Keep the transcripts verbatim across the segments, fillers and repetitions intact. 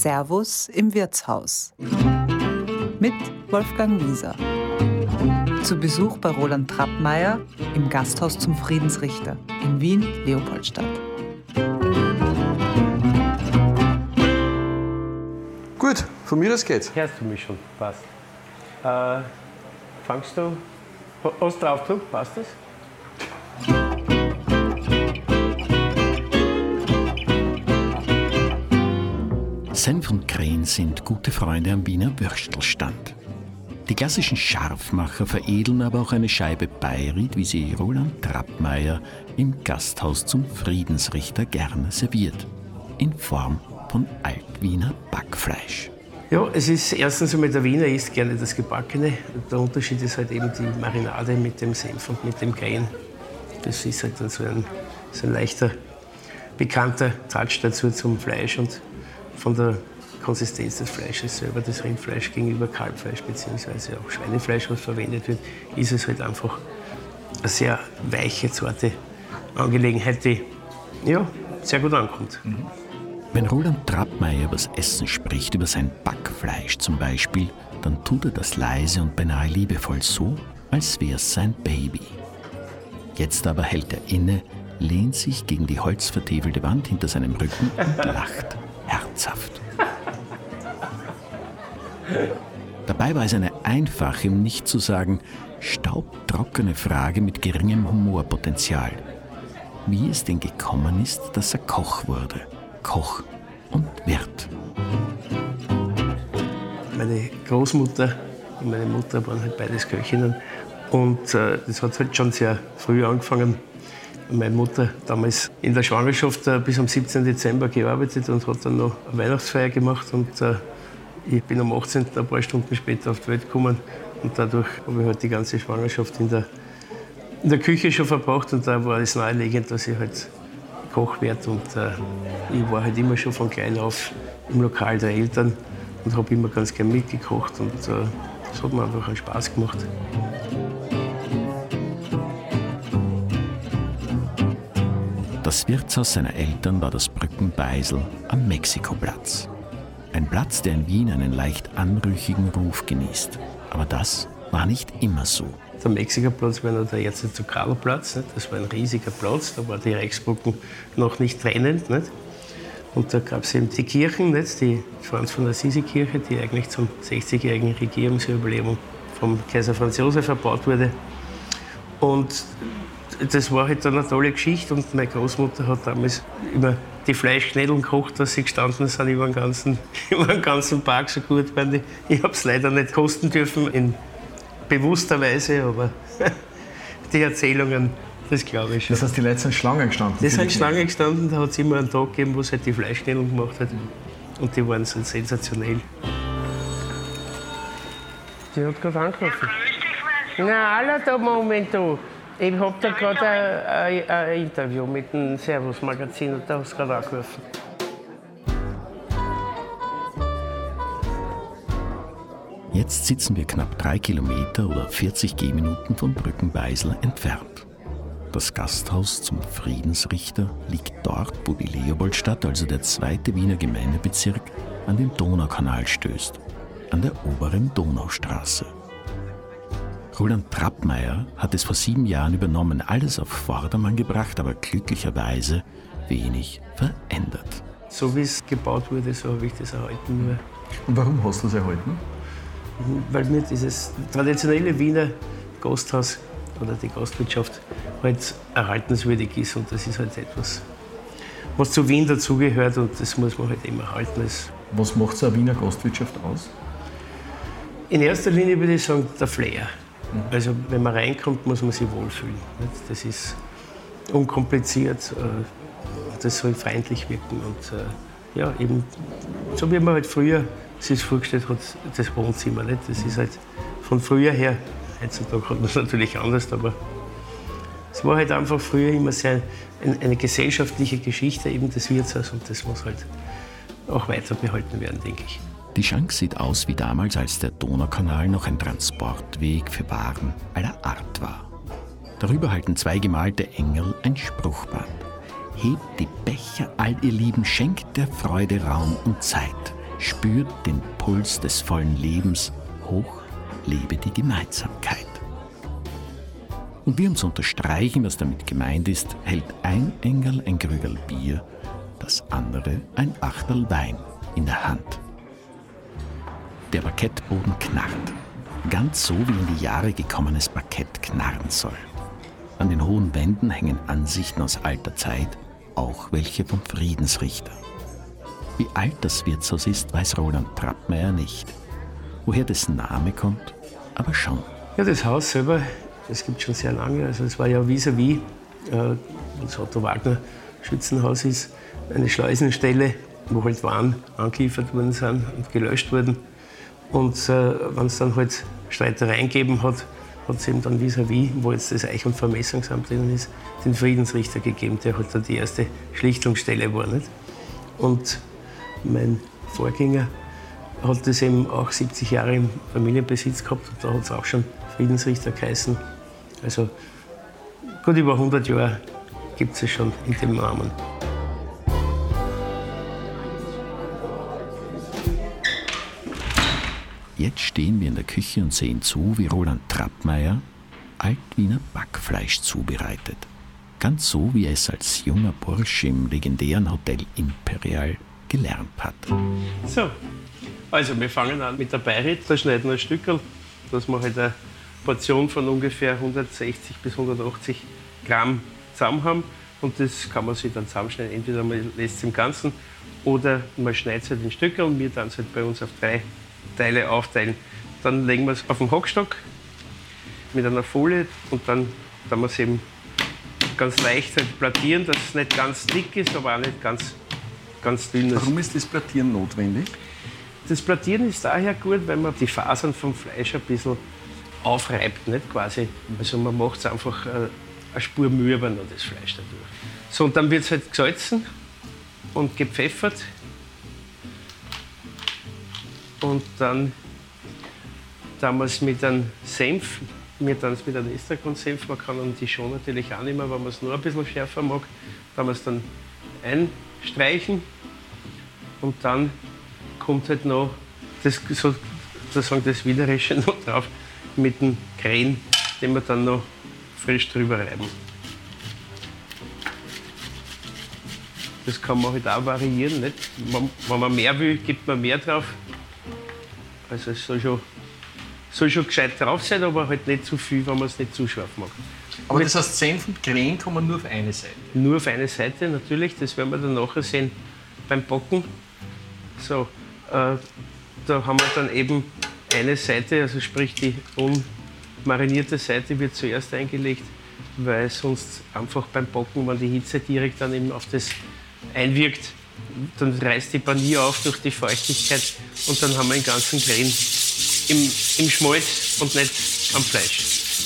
Servus im Wirtshaus mit Wolfgang Wieser. Zu Besuch bei Roland Trappmeier im Gasthaus zum Friedensrichter in Wien-Leopoldstadt. Gut, von mir aus geht's. Hörst du mich schon? Passt. Äh, fangst du? Hast du Draufdruck? Passt das? Senf und Krähen sind gute Freunde am Wiener Würstelstand. Die klassischen Scharfmacher veredeln aber auch eine Scheibe Bayreuth, wie sie Roland Trappmeier im Gasthaus zum Friedensrichter gerne serviert. In Form von Altwiener Backfleisch. Ja, es ist erstens einmal, der Wiener isst gerne das Gebackene. Der Unterschied ist halt eben die Marinade mit dem Senf und mit dem Krähen. Das ist halt dann so ein, so ein leichter, bekannter Touch dazu zum Fleisch und von der Konsistenz des Fleisches selber, das Rindfleisch gegenüber Kalbfleisch bzw. auch Schweinefleisch, was verwendet wird, ist es halt einfach eine sehr weiche, zarte Angelegenheit, die ja, sehr gut ankommt. Mhm. Wenn Roland Trappmeier über das Essen spricht, über sein Backfleisch zum Beispiel, dann tut er das leise und beinahe liebevoll so, als wäre es sein Baby. Jetzt aber hält er inne, lehnt sich gegen die holzvertäfelte Wand hinter seinem Rücken und lacht herzhaft. Dabei war es eine einfache, um nicht zu sagen staubtrockene Frage mit geringem Humorpotenzial. Wie es denn gekommen ist, dass er Koch wurde. Koch und Wirt. Meine Großmutter und meine Mutter waren halt beides Köchinnen. Und äh, das hat halt schon sehr früh angefangen. Meine Mutter damals in der Schwangerschaft äh, bis am siebzehnten Dezember gearbeitet und hat dann noch eine Weihnachtsfeier gemacht. Und äh, ich bin am achtzehnten ein paar Stunden später auf die Welt gekommen. Und dadurch habe ich halt die ganze Schwangerschaft in der, in der Küche schon verbracht. Und da war es naheliegend, dass ich halt Koch werde. Und äh, ich war halt immer schon von klein auf im Lokal der Eltern und habe immer ganz gern mitgekocht. Und äh, das hat mir einfach einen Spaß gemacht. Das Wirtshaus seiner Eltern war das Brückenbeisel am Mexikoplatz. Ein Platz, der in Wien einen leicht anrüchigen Ruf genießt. Aber das war nicht immer so. Der Mexikoplatz war noch der Erzherzog-Karl-Platz. Das war ein riesiger Platz, da war die Reichsbrücken noch nicht trennend. Nicht? Und da gab es eben die Kirchen, nicht? Die Franz von Assisi-Kirche, die eigentlich zum sechzigjährigen Regierungsjubiläum vom Kaiser Franz Josef erbaut wurde. Und das war halt dann eine tolle Geschichte und meine Großmutter hat damals immer die Fleischknädeln gekocht, dass sie gestanden sind über den ganzen, über den ganzen Park so gut waren. Ich, ich habe es leider nicht kosten dürfen, in bewusster Weise, aber die Erzählungen, das glaube ich schon. Das heißt, die Leute sind Schlange gestanden? Die sind Schlange gestanden, da hat es immer einen Tag gegeben, wo es halt die Fleischknädeln gemacht hat. Und die waren so sensationell. Die hat gerade angerufen. Na, hallo, da Moment, du. Ich habe da gerade ein, ein, ein Interview mit dem Servus-Magazin und da hast du gerade angerufen. Jetzt sitzen wir knapp drei Kilometer oder vierzig Gehminuten von Brückenbeisel entfernt. Das Gasthaus zum Friedensrichter liegt dort, wo die Leopoldstadt, also der zweite Wiener Gemeindebezirk, an den Donaukanal stößt, an der oberen Donaustraße. Roland Trappmeier hat es vor sieben Jahren übernommen, alles auf Vordermann gebracht, aber glücklicherweise wenig verändert. So wie es gebaut wurde, so habe ich das erhalten. Nur. Und warum hast du es erhalten? Weil mir dieses traditionelle Wiener Gasthaus oder die Gastwirtschaft halt erhaltenswürdig ist. Und das ist halt etwas, was zu Wien dazugehört und das muss man halt immer erhalten. Was macht so eine Wiener Gastwirtschaft aus? In erster Linie würde ich sagen, der Flair. Also wenn man reinkommt, muss man sich wohlfühlen. Das ist unkompliziert, das soll freundlich wirken. Und ja, eben so wie man halt früher sich vorgestellt hat, das Wohnzimmer. Nicht? Das ist halt von früher her, heutzutage hat man es natürlich anders, aber es war halt einfach früher immer sehr eine gesellschaftliche Geschichte, eben des Wirtshauses, und das muss halt auch weiter behalten werden, denke ich. Die Schank sieht aus wie damals, als der Donaukanal noch ein Transportweg für Waren aller Art war. Darüber halten zwei gemalte Engel ein Spruchband. Hebt die Becher, all ihr Lieben, schenkt der Freude Raum und Zeit. spürt den Puls des vollen Lebens, hoch lebe die Gemeinsamkeit. Und wie um zu unterstreichen, was damit gemeint ist, hält ein Engerl ein Krügerl Bier, das andere ein Achterl Wein in der Hand. Der Parkettboden knarrt, ganz so wie in die Jahre gekommenes Parkett knarren soll. An den hohen Wänden hängen Ansichten aus alter Zeit, auch welche vom Friedensrichter. Wie alt das Wirtshaus ist, weiß Roland Trappmeier nicht. Woher dessen Name kommt, aber schon. Ja, das Haus selber, das gibt es schon sehr lange. Also es war ja vis-à-vis, äh, das Otto Wagner Schützenhaus ist, eine Schleusenstelle, wo halt Waren angeliefert worden sind und gelöscht wurden. Und äh, wenn es dann halt Streitereien gegeben hat, hat es eben dann vis-à-vis, wo jetzt das Eich- und Vermessungsamt drin ist, den Friedensrichter gegeben, der halt dann die erste Schlichtungsstelle war. Nicht? Und mein Vorgänger hat das eben auch siebzig Jahre im Familienbesitz gehabt und da hat es auch schon Friedensrichter geheißen. Also gut über hundert Jahre gibt es schon in dem Namen. Jetzt stehen wir in der Küche und sehen zu, wie Roland Trappmeier Altwiener Backfleisch zubereitet. Ganz so, wie er es als junger Bursche im legendären Hotel Imperial gelernt hat. So, also wir fangen an mit der Beirät. Da schneiden wir ein Stückerl, dass wir halt eine Portion von ungefähr hundertsechzig bis hundertachtzig Gramm zusammen haben. Und das kann man sich dann zusammenschneiden. Entweder man lässt es im Ganzen oder man schneidet es halt in Stückerl und wir dann es halt bei uns auf drei Teile aufteilen. Dann legen wir es auf den Hockstock mit einer Folie und dann dann wir es eben ganz leicht halt plattieren, dass es nicht ganz dick ist, aber auch nicht ganz, ganz dünn ist. Warum ist das Plattieren notwendig? Das Plattieren ist daher gut, weil man die Fasern vom Fleisch ein bisschen aufreibt, nicht quasi. Also man macht es einfach eine Spur mürber noch, das Fleisch dadurch. So, und dann wird es halt gesalzen und gepfeffert. Und dann tun wir es mit einem Senf, wir tun es mit einem Estragon-Senf, man kann dann die schon natürlich auch nehmen, wenn man es nur ein bisschen schärfer mag. Da wir es dann einstreichen und dann kommt halt noch das, sozusagen das Widerische noch drauf mit dem Kren, den wir dann noch frisch drüber reiben. Das kann man halt auch variieren. Nicht? Wenn man mehr will, gibt man mehr drauf. Also es soll schon, soll schon gescheit drauf sein, aber halt nicht zu viel, wenn man es nicht zu scharf mag. Aber das heißt, Senf und Kren kommen nur auf eine Seite? Nur auf eine Seite, natürlich. Das werden wir dann nachher sehen beim Backen. So, äh, da haben wir dann eben eine Seite, also sprich die unmarinierte Seite wird zuerst eingelegt, weil sonst einfach beim Backen, wenn die Hitze direkt dann eben auf das einwirkt, dann reißt die Panier auf durch die Feuchtigkeit und dann haben wir den ganzen Kren im, im Schmalz und nicht am Fleisch.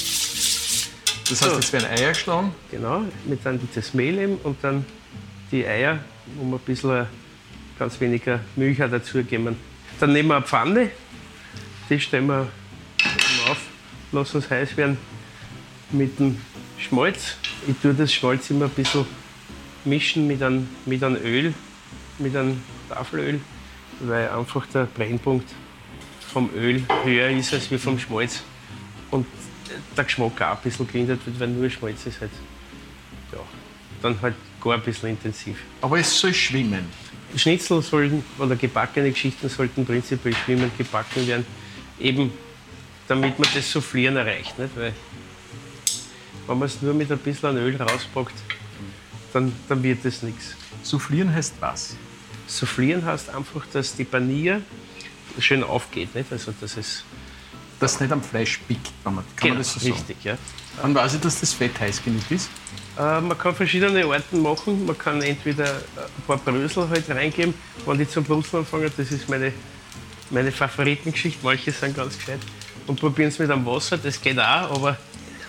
Das heißt, jetzt werden Eier geschlagen? Genau, mit dann das Mehl eben und dann die Eier, wo wir ein bisschen ganz weniger Milch dazugeben. Dann nehmen wir eine Pfanne, die stellen wir auf, lassen es heiß werden mit dem Schmalz. Ich tue das Schmalz immer ein bisschen mischen mit einem, mit einem Öl, mit einem Tafelöl, weil einfach der Brennpunkt vom Öl höher ist als wie vom Schmalz und der Geschmack auch ein bisschen gelindert wird, weil nur Schmalz ist halt, ja, dann halt gar ein bisschen intensiv. Aber es soll schwimmen. Schnitzel sollten, oder gebackene Geschichten sollten prinzipiell schwimmend gebacken werden, eben damit man das Soufflieren erreicht. Nicht? Weil wenn man es nur mit ein bisschen Öl rauspackt, dann, dann wird es nichts. Soufflieren heißt was? Soufflieren heißt einfach, dass die Panier schön aufgeht. Nicht? Also, dass es dass es nicht am Fleisch pickt, kann man, kann genau, man das so sagen? Richtig, ja. Wann weiß ich, dass das Fett heiß genug ist? Äh, man kann verschiedene Arten machen. Man kann entweder ein paar Brösel halt reingeben, wenn die zum Brutzeln anfangen. Das ist meine, meine Favoritengeschichte. Manche sind ganz gescheit und probieren es mit einem Wasser. Das geht auch, aber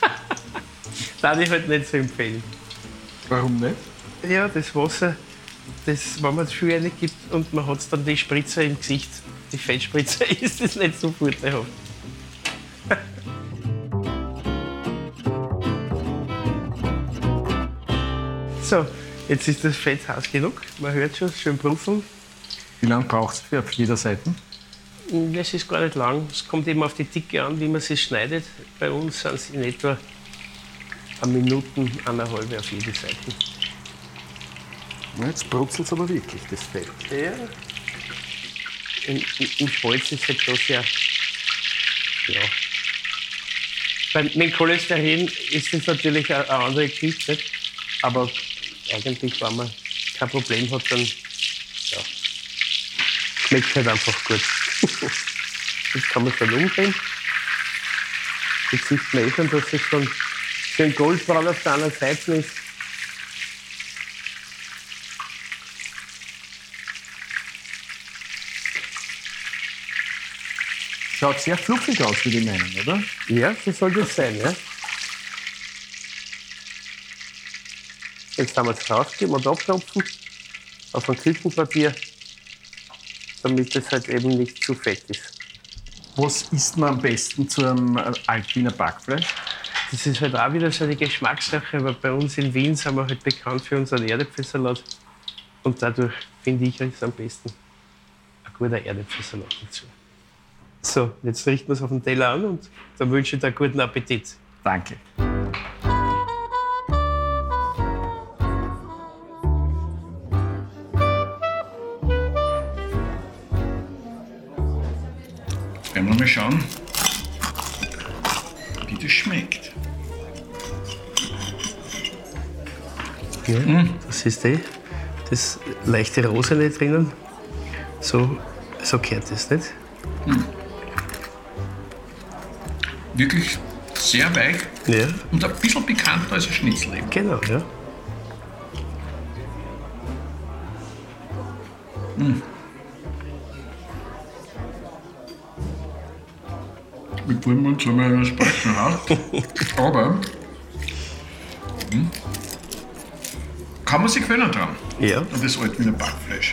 das ich halt nicht so empfehlen. Warum nicht? Ja, das Wasser, das, wenn man es viel reingibt und man hat dann die Spritzer im Gesicht, die Fettspritzer, ist das nicht so vorteilhaft. So, jetzt ist das Fett heiß genug. Man hört schon, schön brutzeln. Wie lange braucht es für auf jeder Seite? Das ist gar nicht lang. Es kommt eben auf die Dicke an, wie man sie schneidet. Bei uns sind es in etwa eine Minute, eineinhalb auf jede Seite. Jetzt brutzelt es aber wirklich, das Fett. Ja. Im, im Schmalz ist halt das ja. Ja. Beim mit Cholesterin ist das natürlich eine, eine andere Geschichte. Nicht? Aber eigentlich, wenn man kein Problem hat, dann ja, schmeckt halt einfach gut. Jetzt kann man es dann umdrehen. Jetzt sieht man eh schon, dass es dann schön goldbraun auf der anderen Seite ist. Schaut sehr fluffig aus, würde ich meinen, oder? Ja, so soll das sein, ja. Jetzt haben wir es rausgeben und abklopfen auf ein Küchenpapier, damit es halt eben nicht zu fett ist. Was isst man am besten zu einem Altwiener Backfleisch? Das ist halt auch wieder so eine Geschmackssache, weil bei uns in Wien sind wir halt bekannt für unseren Erdäpfelsalat. Und dadurch finde ich es am besten ein guter Erdäpfelsalat dazu. So, jetzt richten wir es auf den Teller an und dann wünsche ich dir einen guten Appetit. Danke. Werden wir mal schauen, wie das schmeckt. Ja, mm. Das ist eh das leichte Rosene drinnen. So, so gehört das nicht. Mm. Wirklich sehr weich Ja. und ein bisschen pikanter als ein Schnitzel. Eben. Genau, ja. Mm. Mit dem Mund soll man das sprechen, aber hm, kann man sich gewöhnen dran. Ja. Und das Altwiener Backfleisch.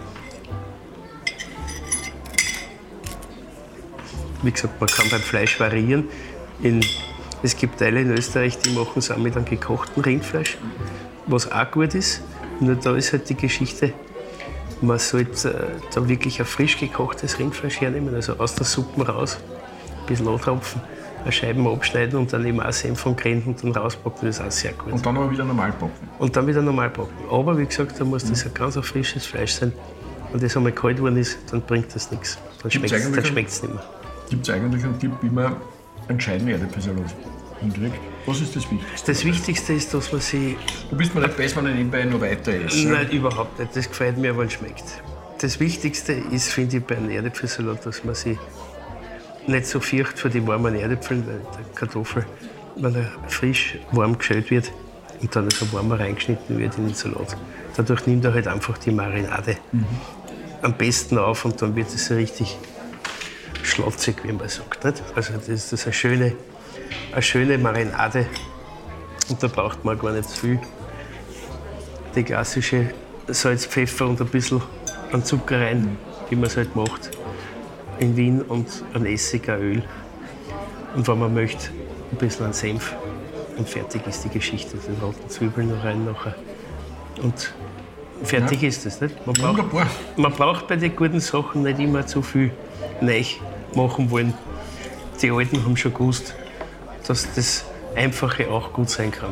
Wie gesagt, man kann beim Fleisch variieren. In, es gibt Teile in Österreich, die machen es auch mit einem gekochten Rindfleisch, was auch gut ist. Nur da ist halt die Geschichte, man sollte äh, da wirklich ein frisch gekochtes Rindfleisch hernehmen, also aus der Suppe raus, ein bisschen antropfen, eine Scheiben abschneiden und dann eben auch Senf und Grenzen und dann rauspacken, das ist auch sehr gut. Und dann aber wieder normal backen. Und dann wieder normal backen. Aber wie gesagt, da muss das ein ganz ein frisches Fleisch sein. Wenn das einmal kalt worden ist, dann bringt das nichts. Dann schmeckt es nicht mehr. Gibt es eigentlich einen Tipp, wie man einen gescheiten Erdäpfelsalat hinkriegt? Was ist das Wichtigste? Das Wichtigste ist, dass man sie... Du bist mir nicht besser, wenn ich nebenbei noch weiter esse. Nein, überhaupt nicht. Das gefällt mir, weil es schmeckt. Das Wichtigste ist, finde ich, bei einem Erdäpfelsalat, dass man sie nicht so fürchtet vor die warmen Erdäpfeln, weil der Kartoffel, wenn er frisch warm geschält wird und dann so warm reingeschnitten wird in den Salat, dadurch nimmt er halt einfach die Marinade mhm. am besten auf und dann wird es so richtig schlotzig, wie man sagt. Nicht? Also das ist eine schöne, eine schöne Marinade und da braucht man gar nicht viel. Die klassische Salz, Pfeffer und ein bisschen an Zucker rein, wie man es halt macht. In Wien und ein Essig, ein Öl. Und wenn man möchte, ein bisschen an Senf. Und fertig ist die Geschichte. Den roten Zwiebeln noch rein nachher. Und fertig ja. ist es. Nicht? Man, braucht, man braucht bei den guten Sachen nicht immer zu viel neu machen wollen. Die Alten haben schon gewusst, dass das Einfache auch gut sein kann.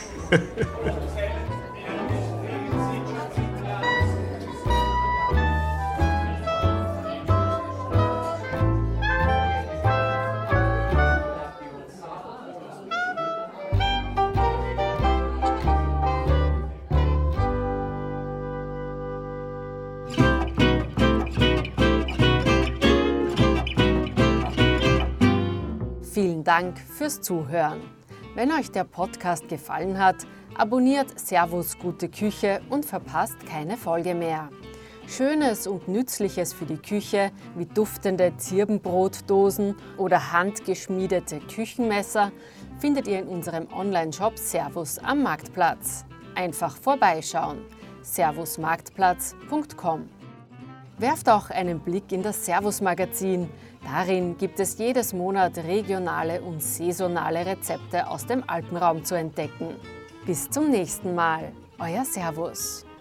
Vielen Dank fürs Zuhören. Wenn euch der Podcast gefallen hat, abonniert Servus Gute Küche und verpasst keine Folge mehr. Schönes und Nützliches für die Küche wie duftende Zirbenbrotdosen oder handgeschmiedete Küchenmesser findet ihr in unserem Online-Shop Servus am Marktplatz. Einfach vorbeischauen. servus marktplatz punkt com. Werft auch einen Blick in das Servus-Magazin. Darin gibt es jedes Monat regionale und saisonale Rezepte aus dem Alpenraum zu entdecken. Bis zum nächsten Mal, euer Servus.